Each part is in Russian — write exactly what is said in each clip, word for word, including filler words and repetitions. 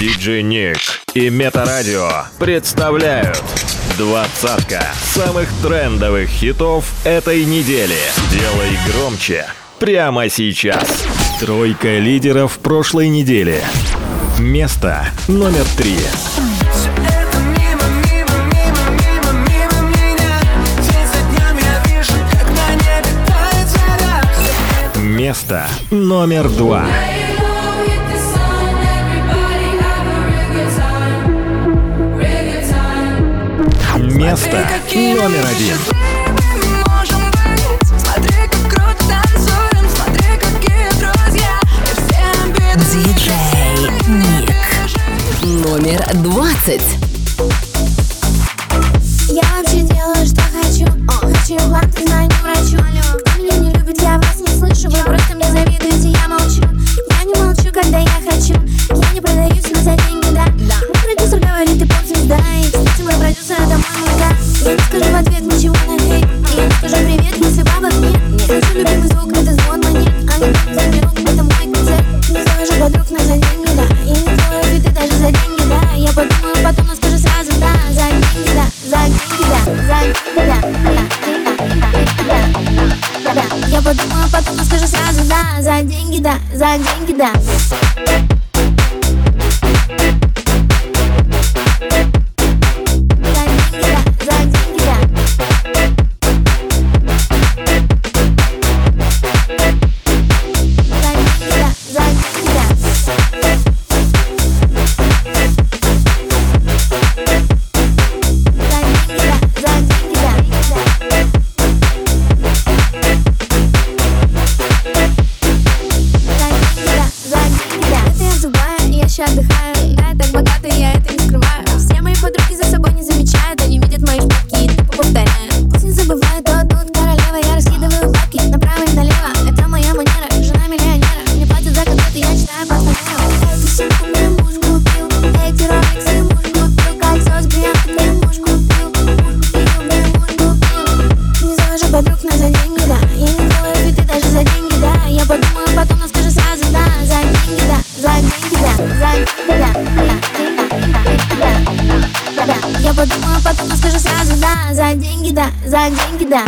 диджей Ник и Метарадио представляют двадцатка самых трендовых хитов этой недели. Делай громче прямо сейчас. Тройка лидеров прошлой недели. Место номер три. Место номер два. Место номер один. диджей Ник. Номер двадцать. Я вообще делаю, что хочу. О, хочу вам, ты знаю, не врачу. Кто меня не любит, я вас не слышу. Вы просто мне завидуете, я молчу. Я не молчу, когда я хочу. Я не продаюсь, но за деньги, да. Мой продюсер говорит, ты поп-звезда. И, кстати, мой продюсер, это мой мужик. Я не скажу в ответ ничего на хейт. И я не скажу привет, если бабок нет. Хочу любимый звук, это звон монет. А не замерок, это мой концерт. Не завожу подруг, но за деньги, да. И не делаю виды даже за деньги, да. Я подумаю потом, но скажу сразу, да. За деньги, да, за деньги, да. За деньги, да, да, да. Я подумаю потом, но скажу сразу, да. За деньги, да, за деньги, да. Отдыхаю, я так богата, я это не скрываю. Все мои подруги за собой не замечают. Они видят мои шпильки и тупо повторяют. Пусть не забывают, то тут королева. Я раскидываю бабки направо и налево. Это моя манера, жена миллионера. Мне платят за концерты, я читаю по фанеру. Эту сумку мне муж купил. Эти роликсы муж купил. Кольцо с бриллиантом мне муж купил. Муж купил, мне муж купил. Не завожу подруг, но за деньги, да. Я не делаю виды даже за деньги, да. Я подумаю потом, но скажу сразу, да. За деньги, да, за деньги, да. За деньги, да, да, да. Я подумаю потом, но скажу сразу, да. За деньги, да, за деньги, да.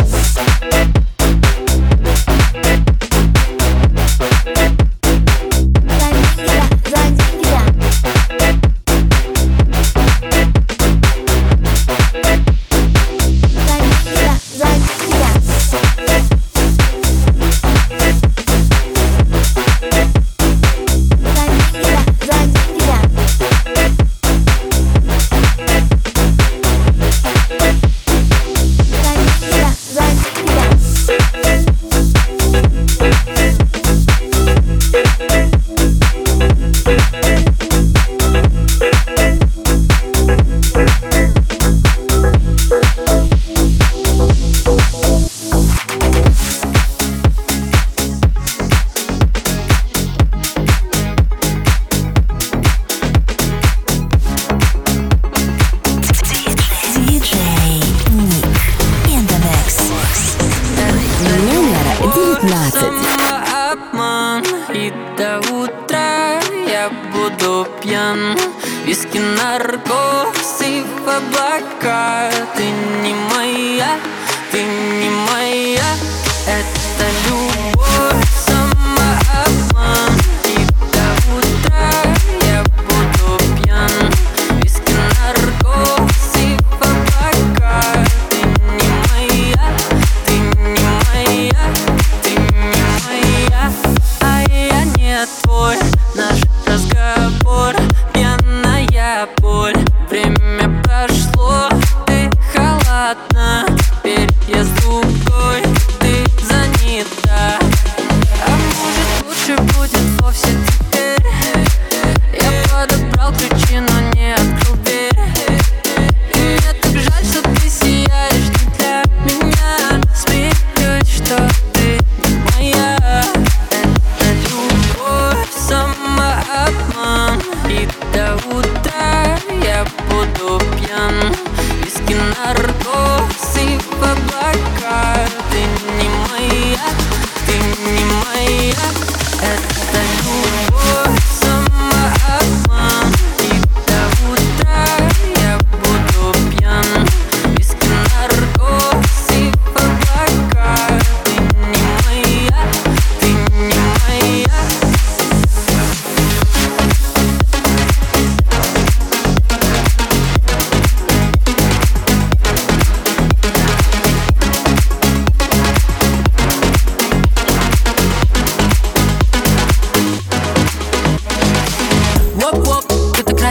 Виски, наркоз и в облака. Ты не моя, ты не моя. Это любовь, самообман. И до утра я буду пьян. Виски, наркоз и в облака. Ты не моя, ты не моя, ты не моя. А я не твой. Наш разговор пьяная боль. Время прошло, ты холодна. Теперь я с другой, ты занята. А может лучше будет вовсе теперь. Я подобрал ключи, но не открыл дверь. И мне так жаль, что ты сияешь не для меня. Смеюсь, что ты не моя. Это любовь, самообман. И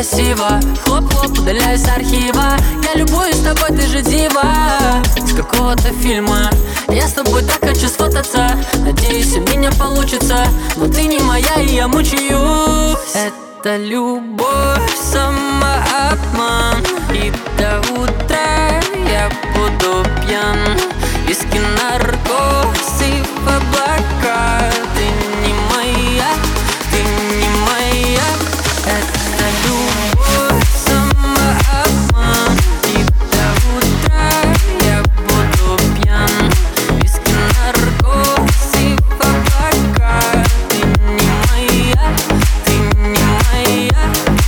красиво. Хлоп-хлоп, удаляюсь с архива. Я любуюсь тобой, ты же дива с какого-то фильма. Я с тобой так хочу сфотаться. Надеюсь, у меня получится. Но ты не моя, и я мучаюсь. Это любовь, самообман. И до утра я буду пьян. Виски, наркотик, в облака. Ты не моя, ты не моя. Это любовь, самообман. И до утра я буду пьян. Виски, наркотик, в облака. Ты не моя, ты не моя.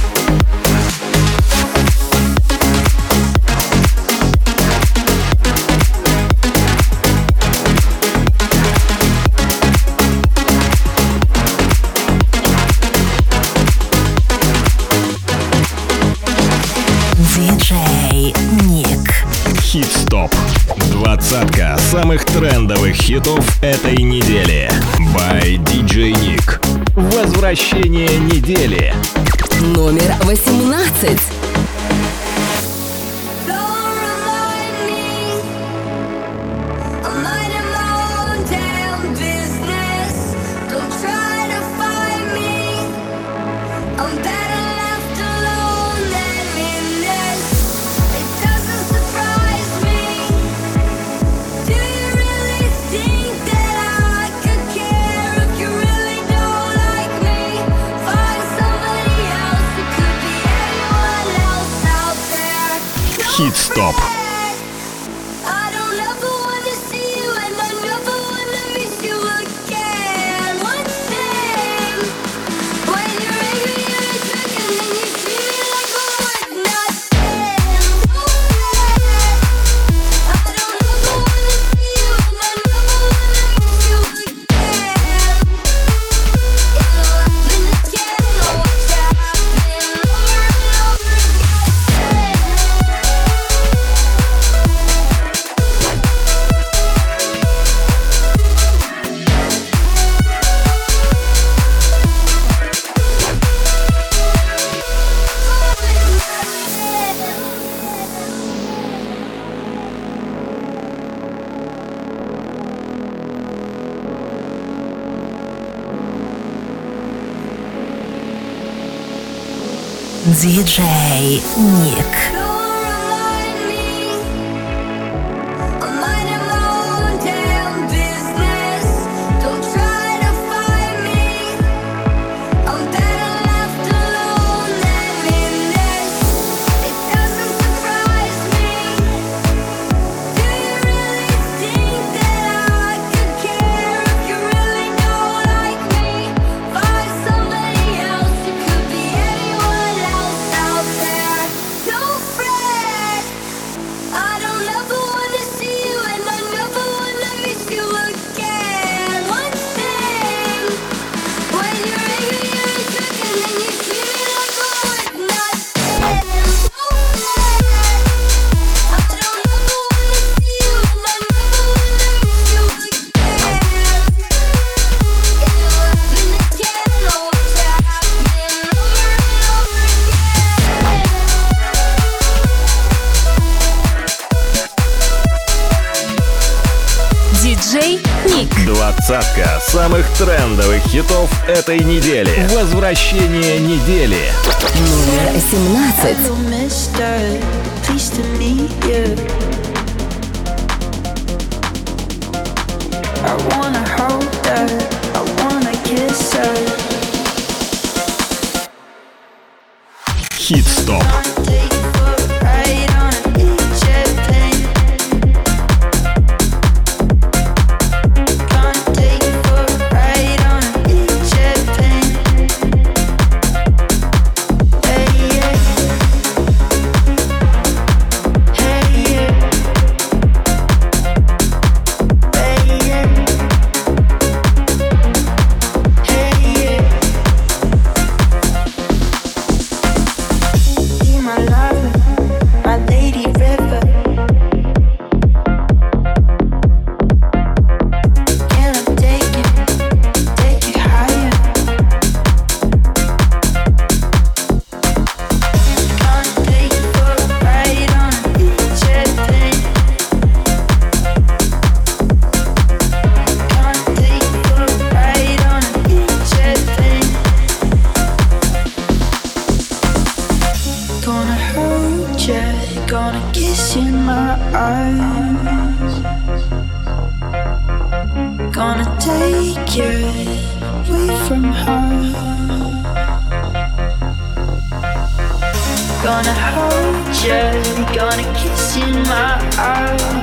Диджей Ник. Хит-стоп. Двадцатка самых трендовых хитов этой недели. By ди джей Ник. Возвращение недели. Номер восемнадцать. Хит-стоп. Диджей Ник. Двадцатка самых трендовых хитов этой недели. Возвращение недели. Номер семнадцать. Хит-стоп. My life eyes. Gonna take you away from her. Gonna hold you, gonna kiss in my eyes.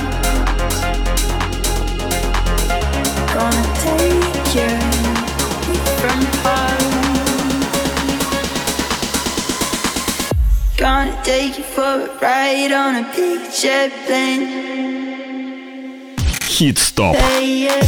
Gonna take you away from her. Gonna take you for a ride on a big jet plane. Хит-стоп. Hey, yeah.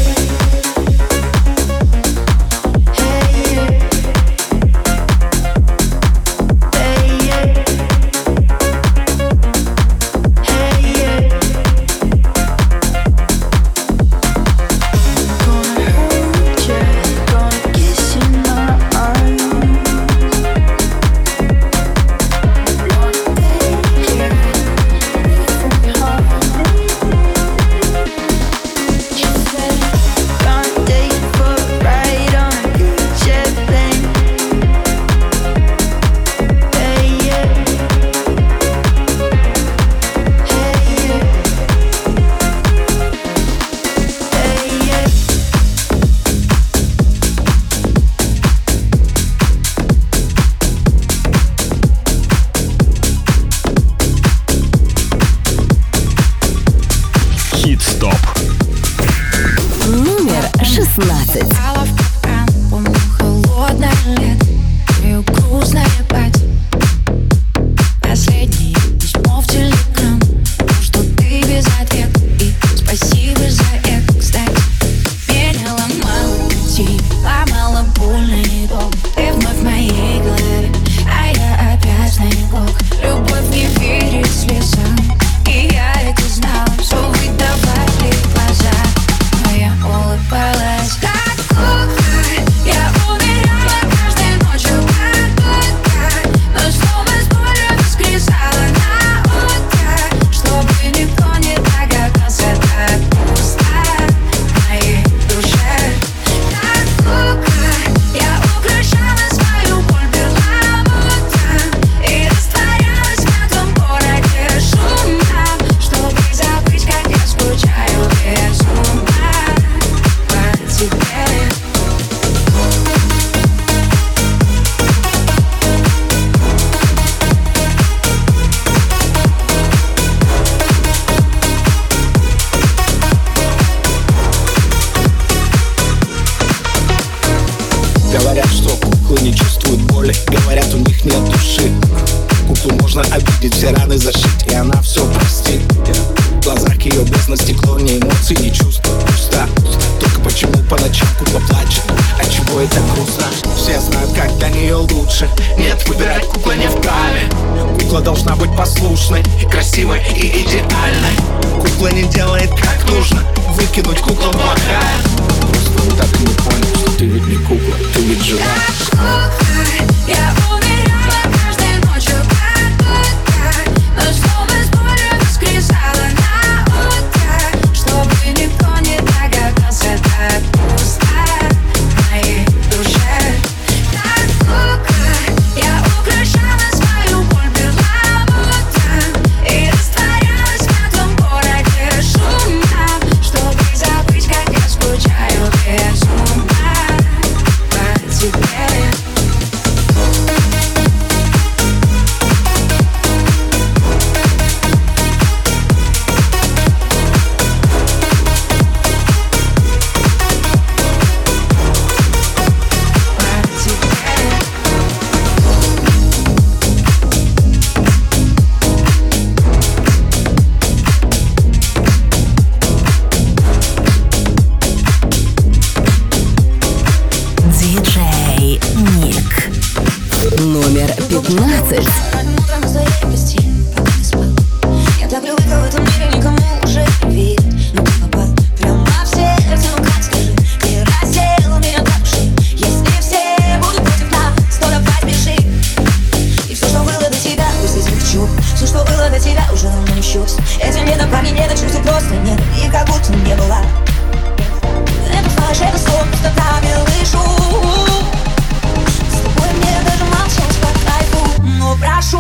Хит-стоп. Номер шестнадцать. Помню холодное лето, твое грустное платье, последнее письмо в телеграм, что ты без ответа, и спасибо за это, кстати. Меня ломало пути, ломало больно и долго. Ты вновь в моей голове, а я опять на иголках. Любовь не верит слезам, и я это знала. Все выдавали глаза, но я улыбалась как кукла. Я умирала каждой ночью как будто, но снова с болью воскресала на утро, чтобы никто не догадался, так пусто в моей душе. Как кукла я украшала свою боль перламутром и растворялась в мертвом городе шумном, чтобы забыть, как я скучаю без ума по тебе. Говорят, что куклы не чувствуют боли, говорят, у них нет души. Куклу можно обидеть, все раны зашить, и она все простит. В глазах ее бездна, стекло, ни эмоций, ни чувств. Пуста, только почему по ночам кукла плачет? Отчего это грустно? Все знают, как для нее лучше. Нет, выбирать кукла не вправе. Кукла должна быть послушной, красивой и идеальной. Кукла не делает как нужно, выкинуть куклу плохая. Просто так и не понял, что ты ведь не кукла, ты ведь жива. Я умирала каждой ночью как будто, но снова с болью воскресала на утро, чтобы никто не догадался, так пусто в моей душе. Как кукла я украшала свою боль перламутром и растворялась в мертвом городе шумном, чтобы забыть, как я скучаю без ума по тебе. Диджей Ник. Номер пятнадцать. Утром из твоей гостиной, пока ты спал, я так привыкла в этом мире, никому уже не видно. Но ты попал прямо в сердце, ну как скажи, ты раздел меня до души. Если все будут против нас, то давай бежи. И все, что было до тебя, пусть измягчу. Все, что было до тебя, уже давно не счет. Этим не на парне, не на чувстве, просто нет. И как будто не была. Это фальшь, это сон, пустота, белый шум. С тобой мне даже молчать по кайфу, но прошу.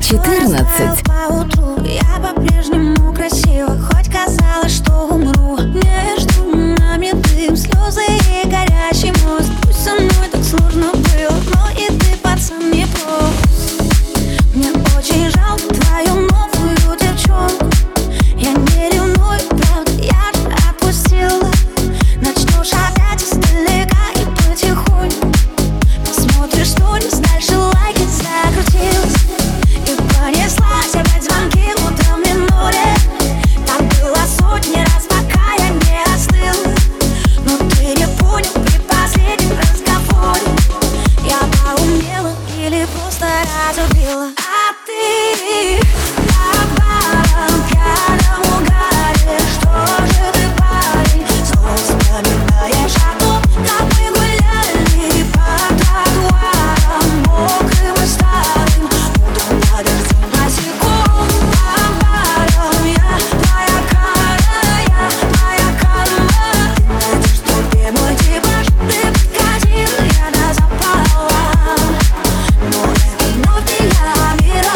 четырнадцать. Поутру я по-прежнему красива, хоть казалось, что умру. Между нами дым, слезы и горячий мост. Пусть со мной так сложно было, но и ты, пацан, не прост. Мне очень жалко твою новую девчонку. Я не ревную, правда, я же отпустила. Начнешь опять издалека и потихоньку посмотришь сторис, дальше лайки закрутилась. И понеслась опять звонки утром в минуре. Так было сотни раз, пока я не остыла. Но ты не понял при последнем разговоре. Я поумнела или просто разубила. А ты на баром пьяном угаре. Что же ты, парень, снова вспоминаешь о том, как мы гуляли по тротуарам мокрым и старым. Утром подожди босиком по барам. Я твоя кара, я твоя карма. Ты найдешь в толпе мой типаж. Ты подкатил, я до запала. Но это вновь не я, мира.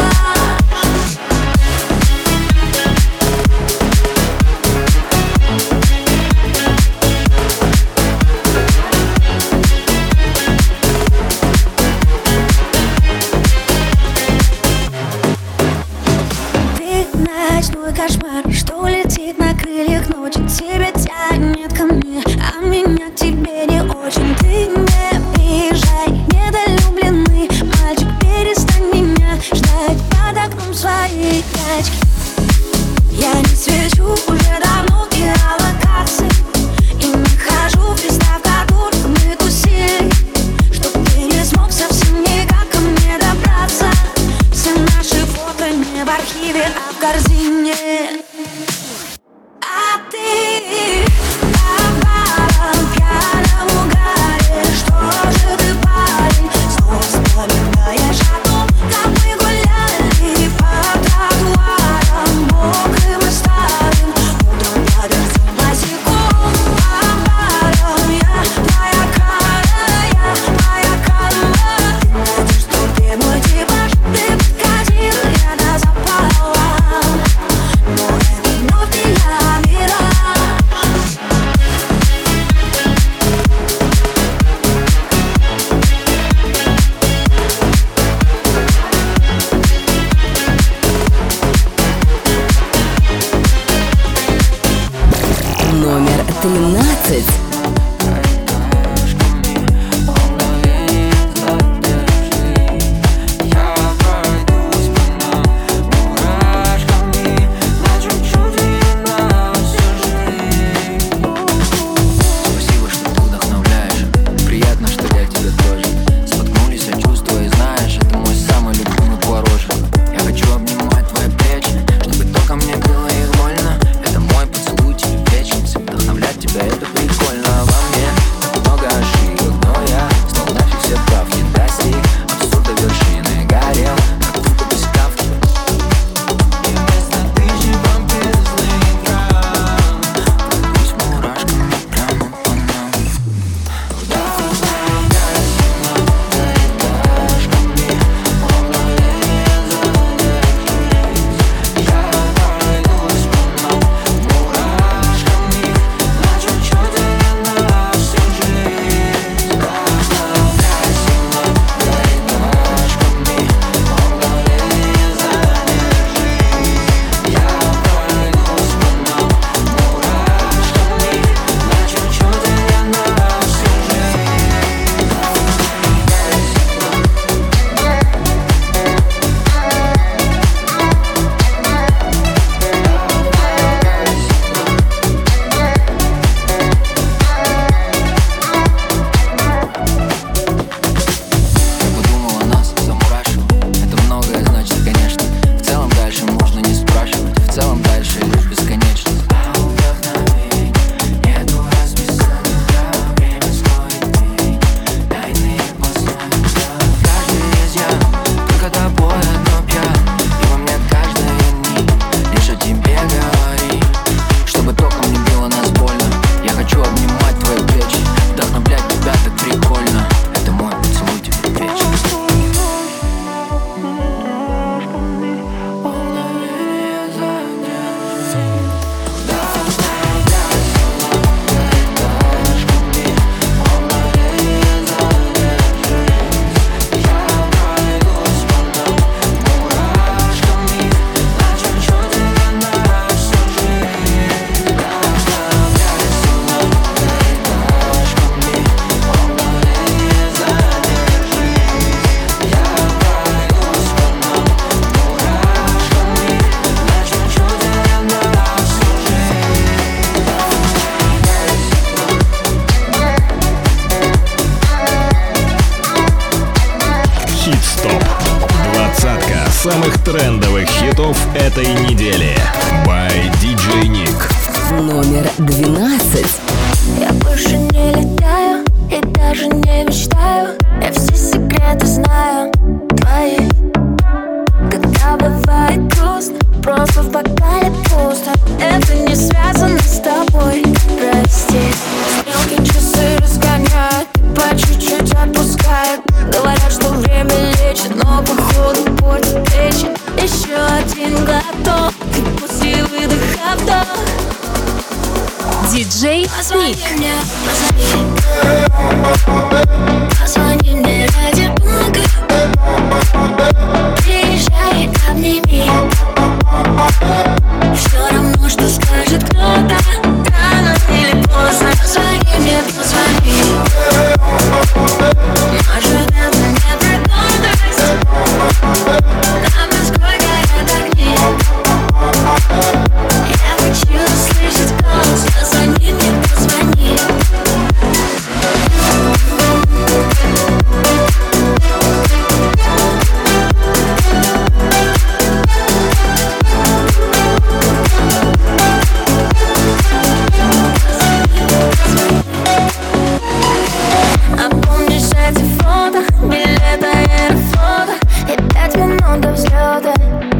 Ты ночной кошмар, что летит на крыльях ночи. Тебя тянет ко мне, а меня к тебе не очень. Ты не приезжай, недолюбленный мальчик. Перестань меня ждать под окном своей тачки. Я не свечу уже давно геолокации и не хожу в места, в которых мы тусили. Чтоб ты не смог совсем никак ко мне добраться. Все наши фото не в архиве, а в корзине. А ты на баром пьяном угаре. Что же ты, парень, снова вспоминаешь о том, как мы гуляли по тротуарам мокрым и старым. Утром подожди босиком по барам. Я твоя кара, я твоя карма. Ты найдешь в толпе мой типаж. Ты подкатил, я до запала. Но это вновь не я, мира. Номер тринадцать. Спасибо, что ты вдохновляешь. Приятно, что я тебя тоже. Споткнулись от чувства и знаешь, это мой самый любимый творожек. Я хочу обнимать твои плечи, чтобы только мне было их больно. Это мой поцелуй тебе вечен. Вдохновлять тебя это прикольно. этой недели. By ди джей Nick. Номер двенадцать. Я больше не летаю и даже не мечтаю. Я все секреты знаю твои. Когда бывает грустно, просто в бокале пусто. Это не связано с тобой, прости. Стрелки часы разгоняют, по чуть-чуть отпускают. Говорят, что время лечит, но походу портит речи. Еще один глоток, и после выдоха вдох. Диджей Ник. Позвони мне, позвони. Позвони мне ради бога. Приезжай, обними. Все равно, что скажет кто-то, рано или поздно. Позвони мне, позвони. Может, это не пригодность. Нам насколько горят огни. Я хочу услышать голос. Позвони мне, позвони. А помнишь эти фото, билеты аэрофлота и пять минут до взлета?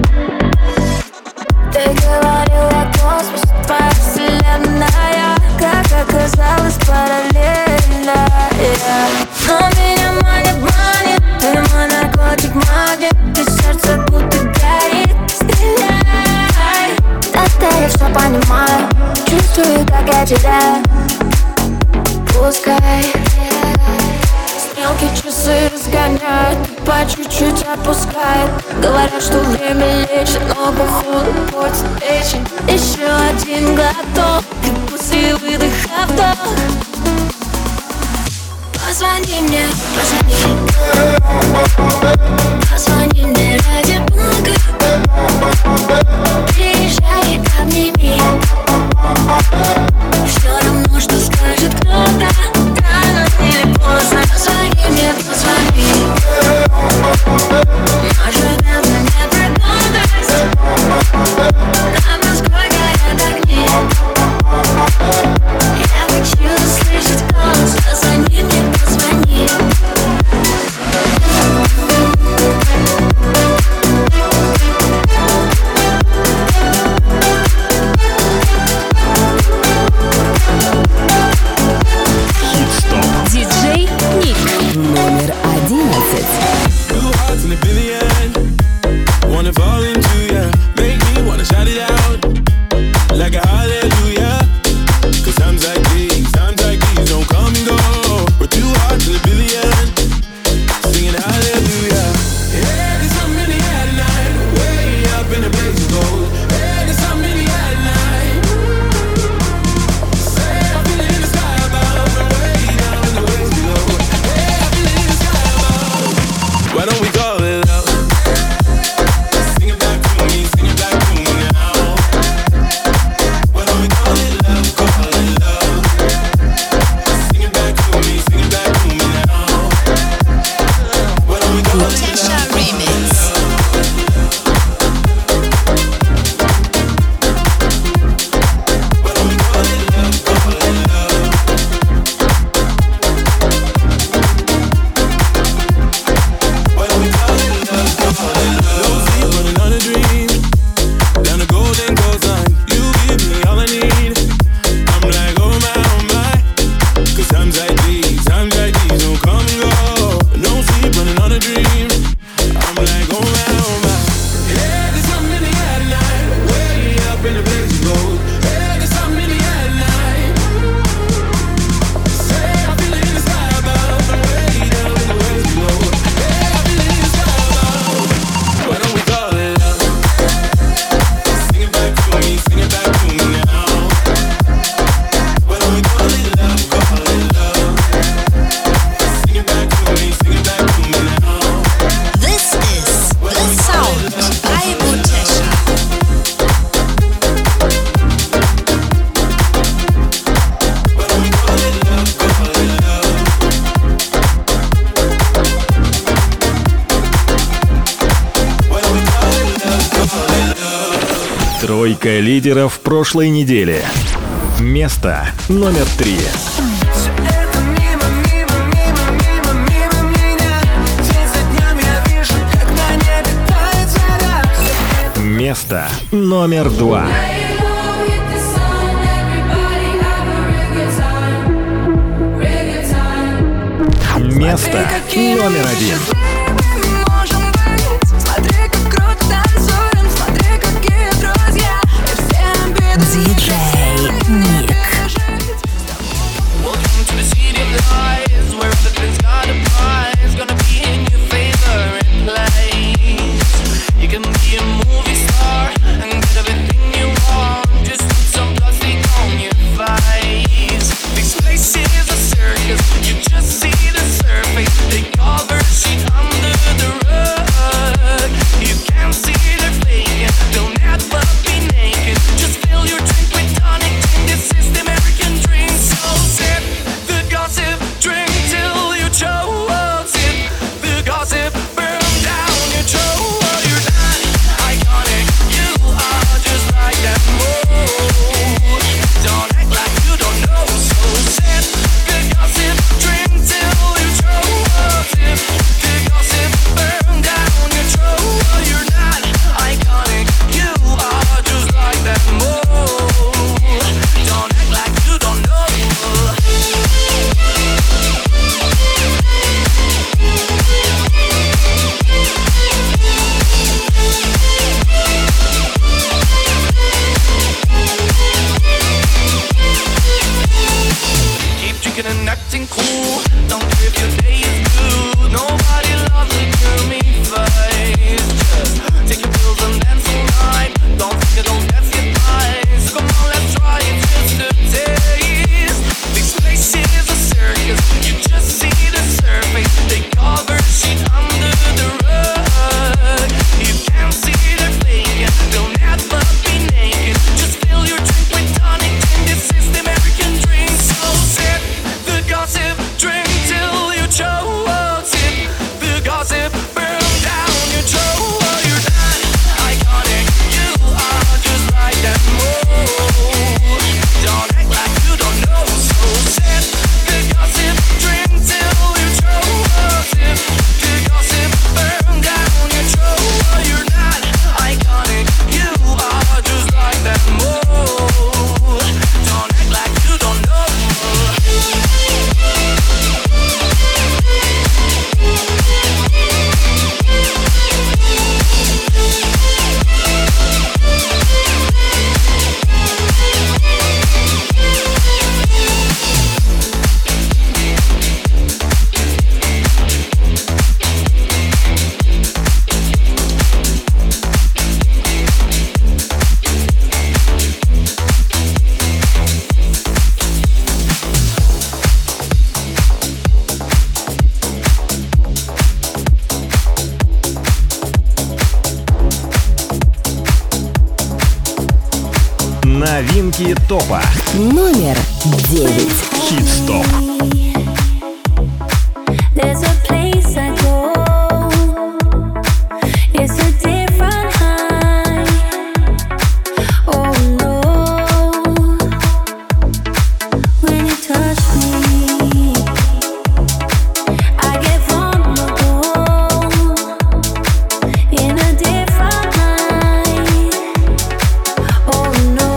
Ты говорила космос, твоя вселенная, как оказалось параллельно. Но меня манит, манит, ты мой наркотик, магнит. Ты сердце будто горит, стреляй. Тогда я все понимаю, чувствую, как я теряю. Пускай стрелки часы разгоняют, по чуть-чуть отпускает. Говорят, что время лечит, но походу портит речи. Еще один глоток, и после выдоха вдох. Позвони мне, позвони. Позвони мне ради бога. Приезжай, обними. Все равно, что скажет кто-то, рано или поздно. Позвони мне, позвони. Может, это не пригодность. Нам насколько горят огни. Я хочу услышать голос. Позвони мне, позвони. Тройка лидеров прошлой недели. Место номер три. Место номер два. Место номер один. Диджей Ник. Новинки топа. Номер девять. Хит-стоп. There's a place I go. It's a different high. Oh no. When you touch me, I get vulnerable. In a different light. Oh no.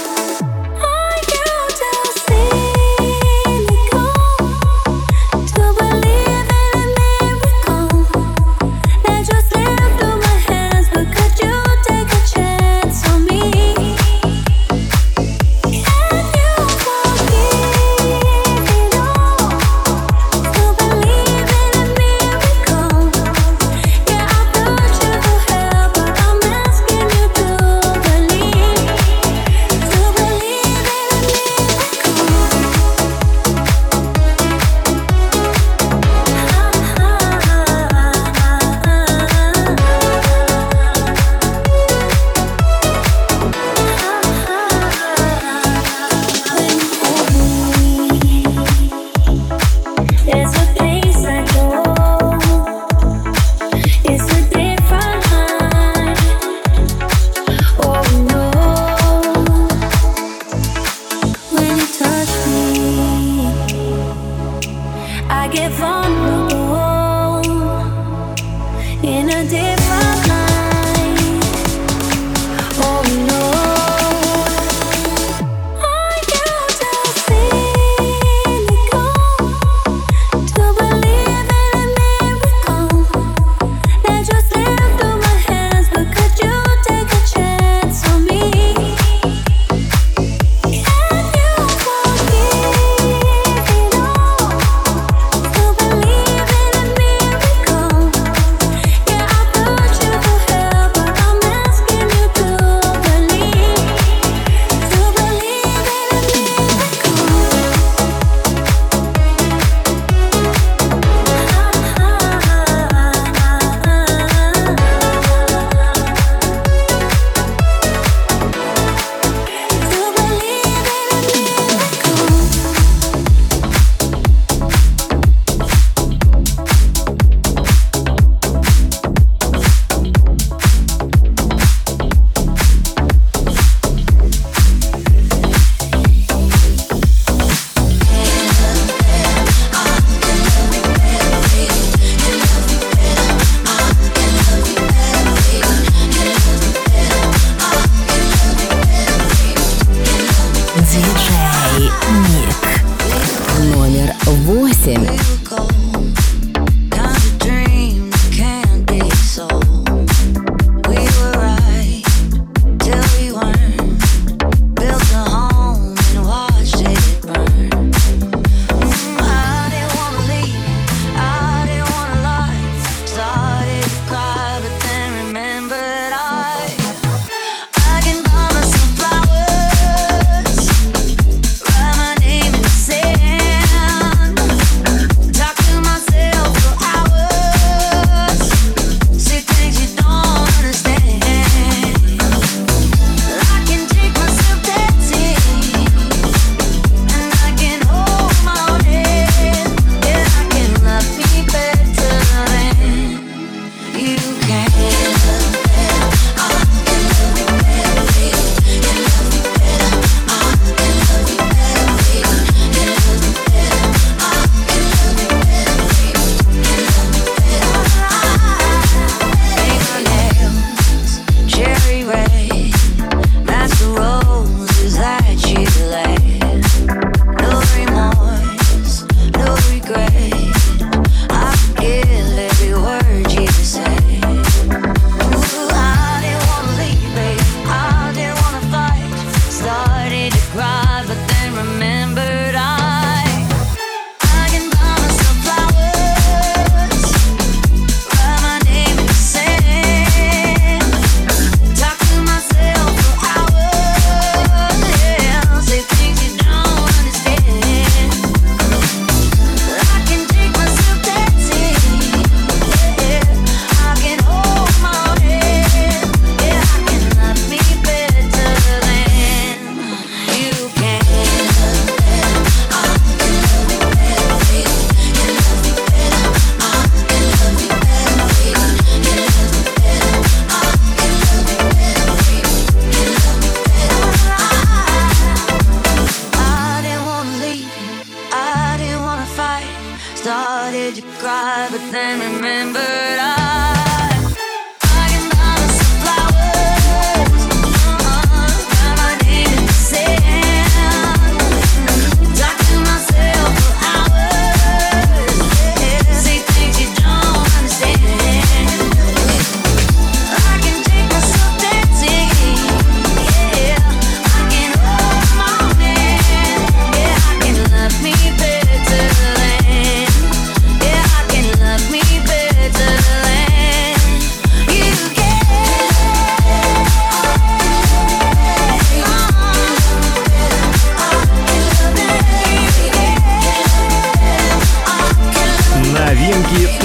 Are you too cynical to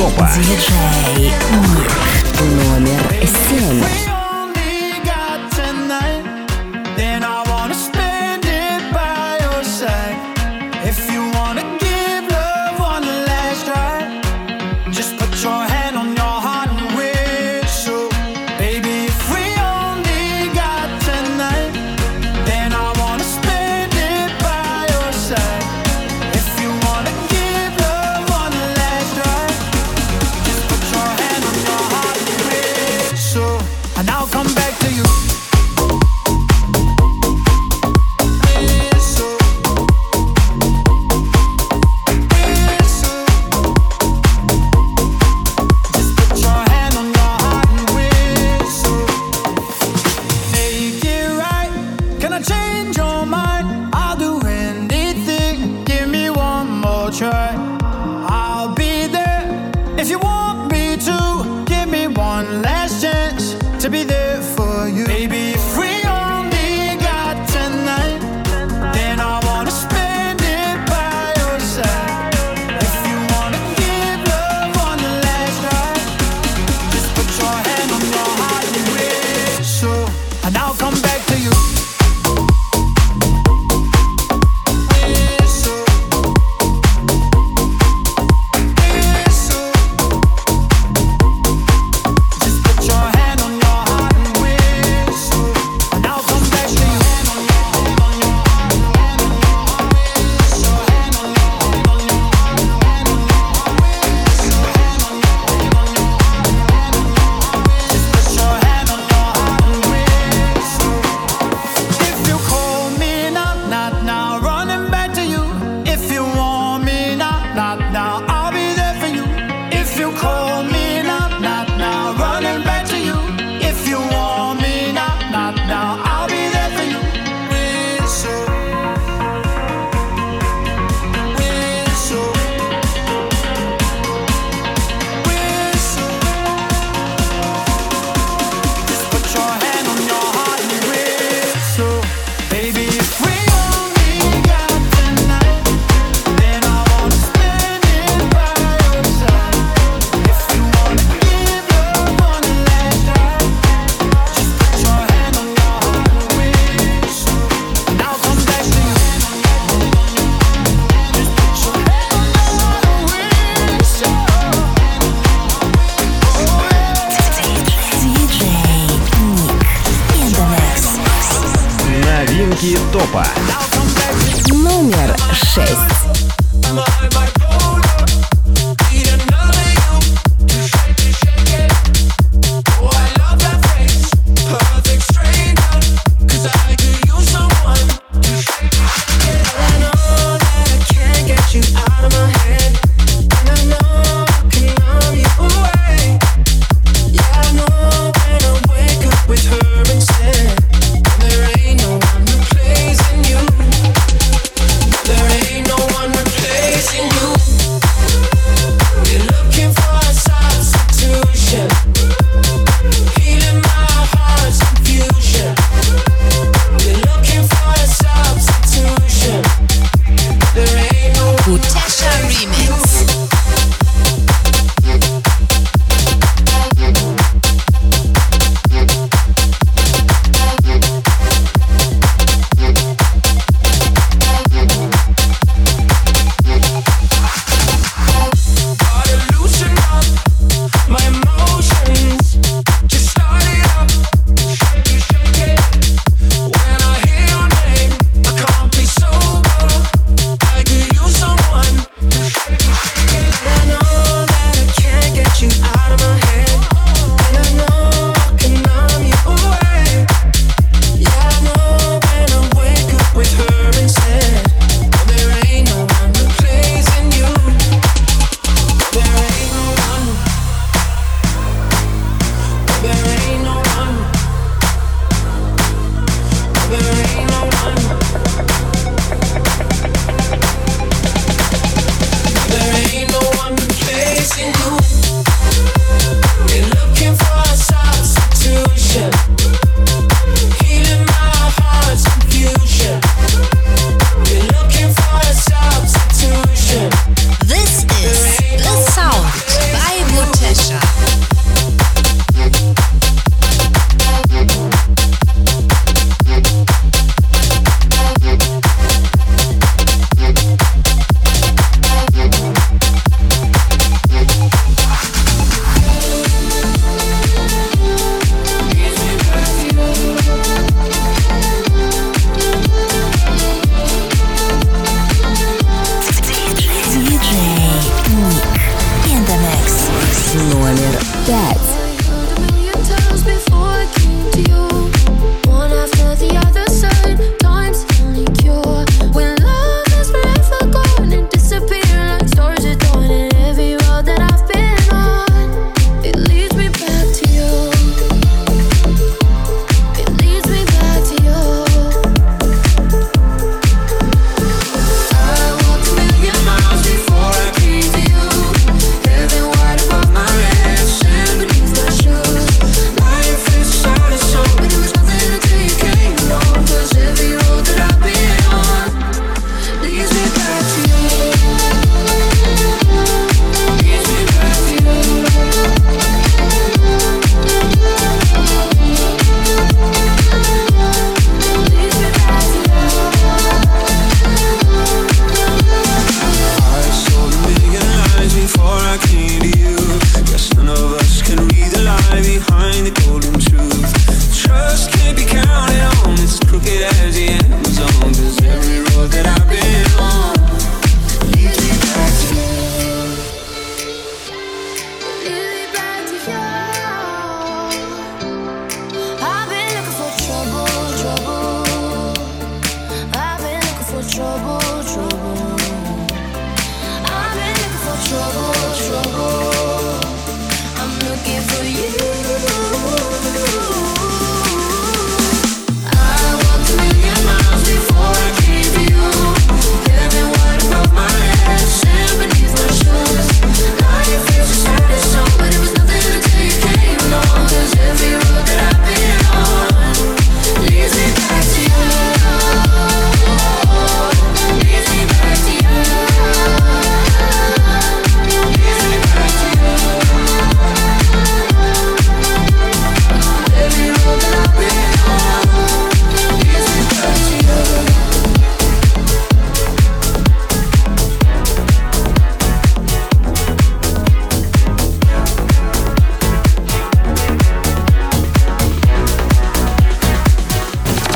топа. Диджей Ник. Номер семь. топа. Номер шесть. This is The Sound by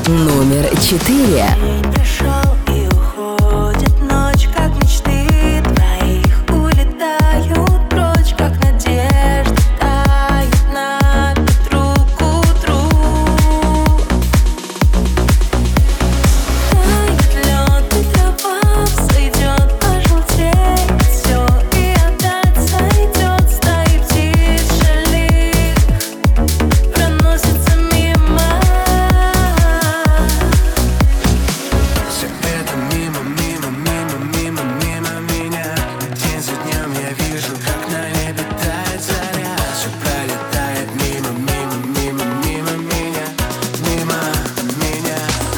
номер четыре. Пришел и уходит ночь, как мечты твоих улетают прочь, как надежда тает на ветру к утру. Тает лед и трава взойдет, пожелтеет все и опять сойдет. Стаи птиц шалит проносится мимо. Все это мимо, мимо, мимо, мимо, мимо меня. День за днем я вижу, как на небе тает заря. Все пролетает мимо, мимо, мимо, мимо меня, мимо меня.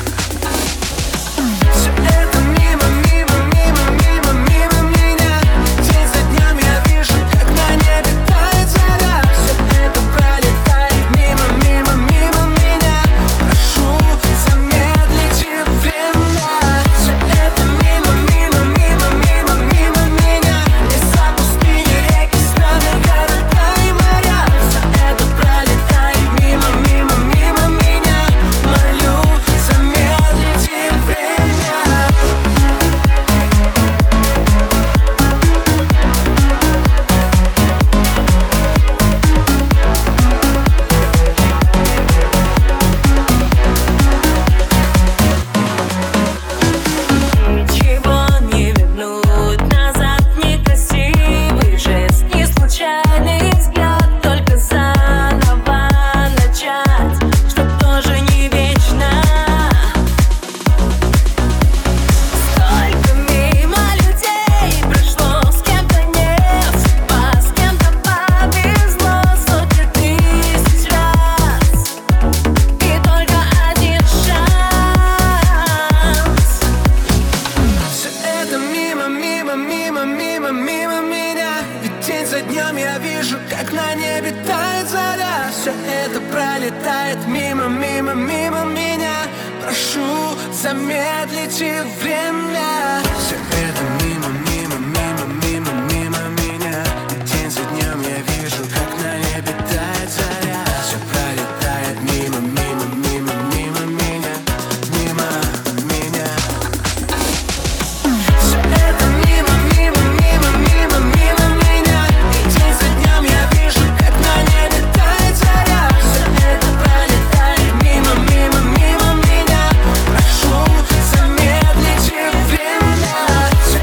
Все это мимо, мимо, мимо, мимо, мимо меня. День за днем я вижу, как на небе тает заря. Все это пролетает мимо, мимо, мимо меня. Прошу, замедлите время. Все это мимо, мимо, мимо, мимо, мимо меня. Леса, пустыни, реки, страны, города и моря. Все это пролетает мимо, мимо, мимо меня. Молю, замедлите время. Ничего не вернуть назад, некрасивый жест, не случайный взгляд, только заново начать, чтоб тоже не вечно. Столько мимо людей прошло, с кем-то не судьба, с кем-то повезло сотни тысяч раз, и только один шанс. Все это мимо, мимо, мимо, мимо, мимо меня. Ведь день за днем я вижу, как на небе тает заря. Все это пролетает мимо, мимо, мимо меня. Прошу, замедлите время. Все это мимо, мимо, мимо, мимо, мимо меня. Ведь день за днем я вижу, как на небе тает заря. Все пролетает мимо, мимо, мимо, мимо меня, мимо меня. Все это мимо, мимо, мимо, мимо, мимо меня. И день за днем я вижу, как на небе тает заря. Все это пролетает мимо, мимо, мимо меня. Прошу, замедлите время.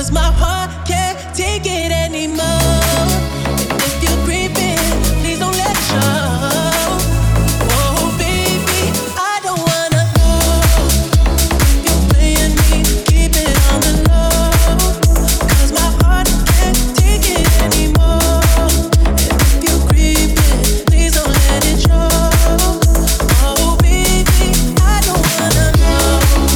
'cause my heart can't take it anymore. And if you're creeping, please don't let it show. Oh baby, I don't wanna know if you're playing me, keep it on the low, 'cause my heart can't take it anymore. And if you're creeping, please don't let it show. Oh baby, I don't wanna know.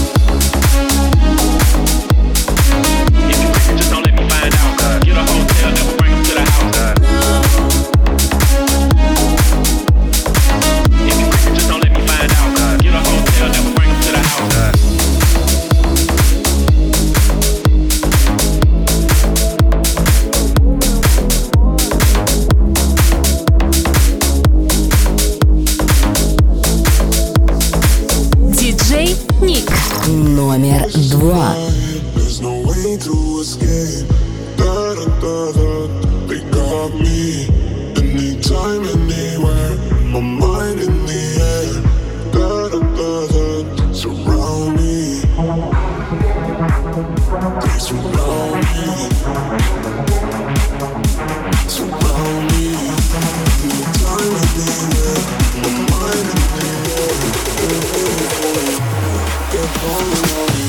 If you creeping, just don't let me find out. Uh, get a hotel, never bring them to the house. Uh. If you creeping, just don't let me find out. Uh, get a hotel, never bring them to the house. Uh. Диджей Ник. Номер два. There's no way to escape. Da-da-da-da. They got me. Anytime, anywhere. My mind in the air. Da-da-da-da. Surround me. They surround me. Surround me. Anytime, anywhere. My mind in the air. They're calling on me.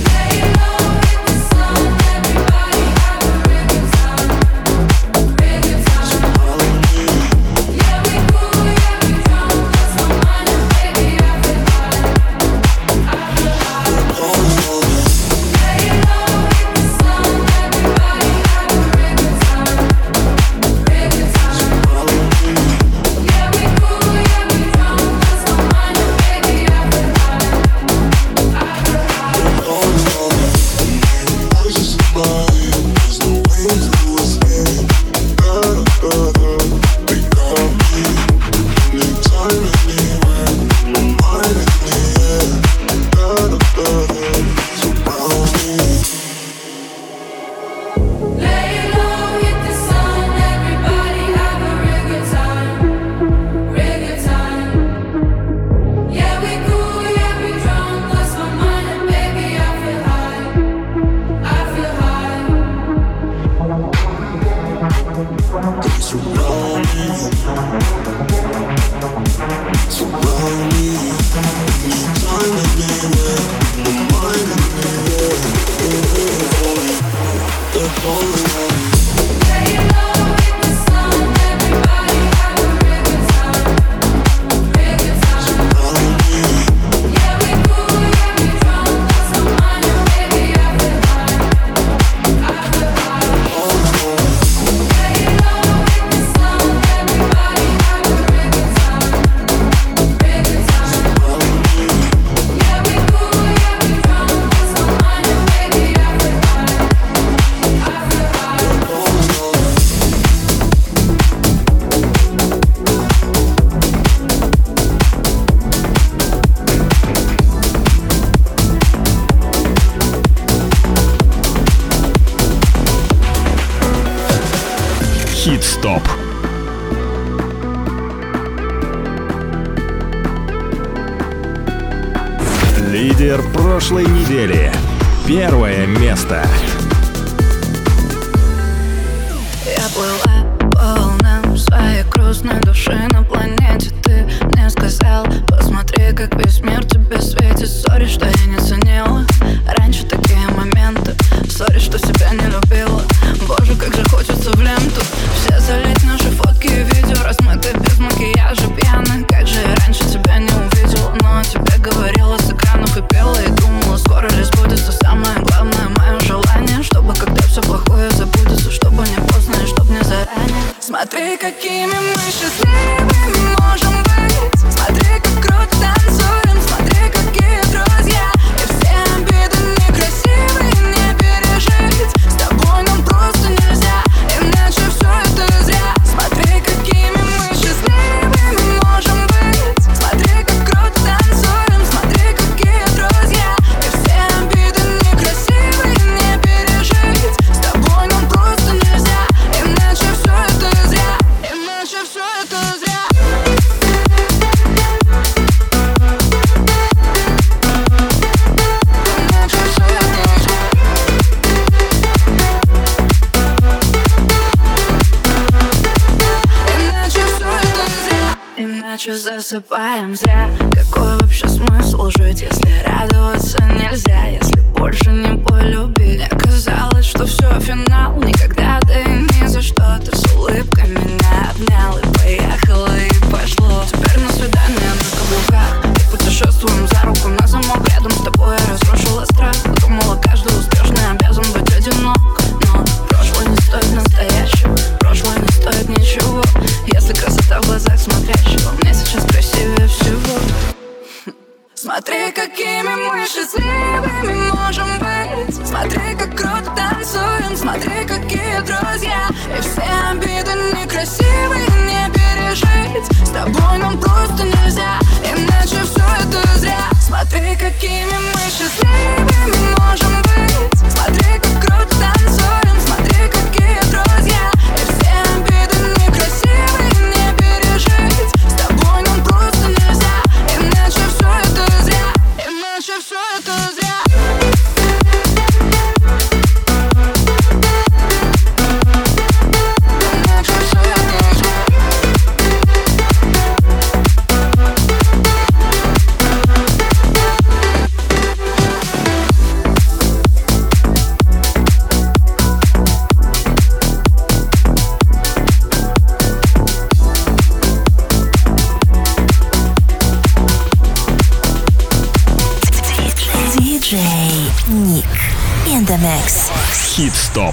Хит-стоп. Лидер прошлой недели. Первое место. Я плыла по волнам своей грустной души на планете. Ты мне сказал, посмотри, как весь мир тебе светит. Сори, что я не ценила раньше такие моменты. Сори, что себя не любила. Боже, как же хочется в ленту все залить наши фотки и видео, размыты без макияжа, пьяны. Как же я раньше тебя не увидела, но о тебе говорила с экранов и пела, и думала, скоро ли сбудется самое главное мое желание, чтобы когда все плохое забудется, чтобы не поздно и чтоб не заранее. Смотри, какими мы счастливыми можем быть. Смотри, как круто танцуем. Смотри, какие засыпаем зря. Какой вообще смысл жить, если радоваться нельзя? Если больше не полюбить. Мне казалось, что все финал. Никогда ты ни за что. Ты с улыбкой меня обнял. И поехало, и пошло. Теперь на свидание на каблуках. И путешествуем за руку на замок. Рядом с тобой я разрушила страх. Думала, каждый успешный обязан быть одинок. Но прошлое не стоит настоящего. Прошлое не стоит ничего, если красота в глазах смотрящего. Мне сейчас красивее всего. Смотри, какими мы счастливыми можем быть. Смотри, как круто танцуем. Смотри, какие друзья. И все обиды некрасивые не пережить. С тобой нам просто нельзя, иначе все это зря. Смотри, какими мы счастливыми можем быть. Смотри, как круто танцуем. Смотри, какие друзья. И все обиды некрасивые не пережить. С тобой нам просто нельзя, иначе все это зря. Иначе все это зря. диджей Ник in the mix. Хит-стоп.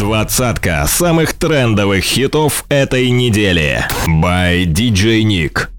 Двадцатка самых трендовых хитов этой недели. By ди джей Nick.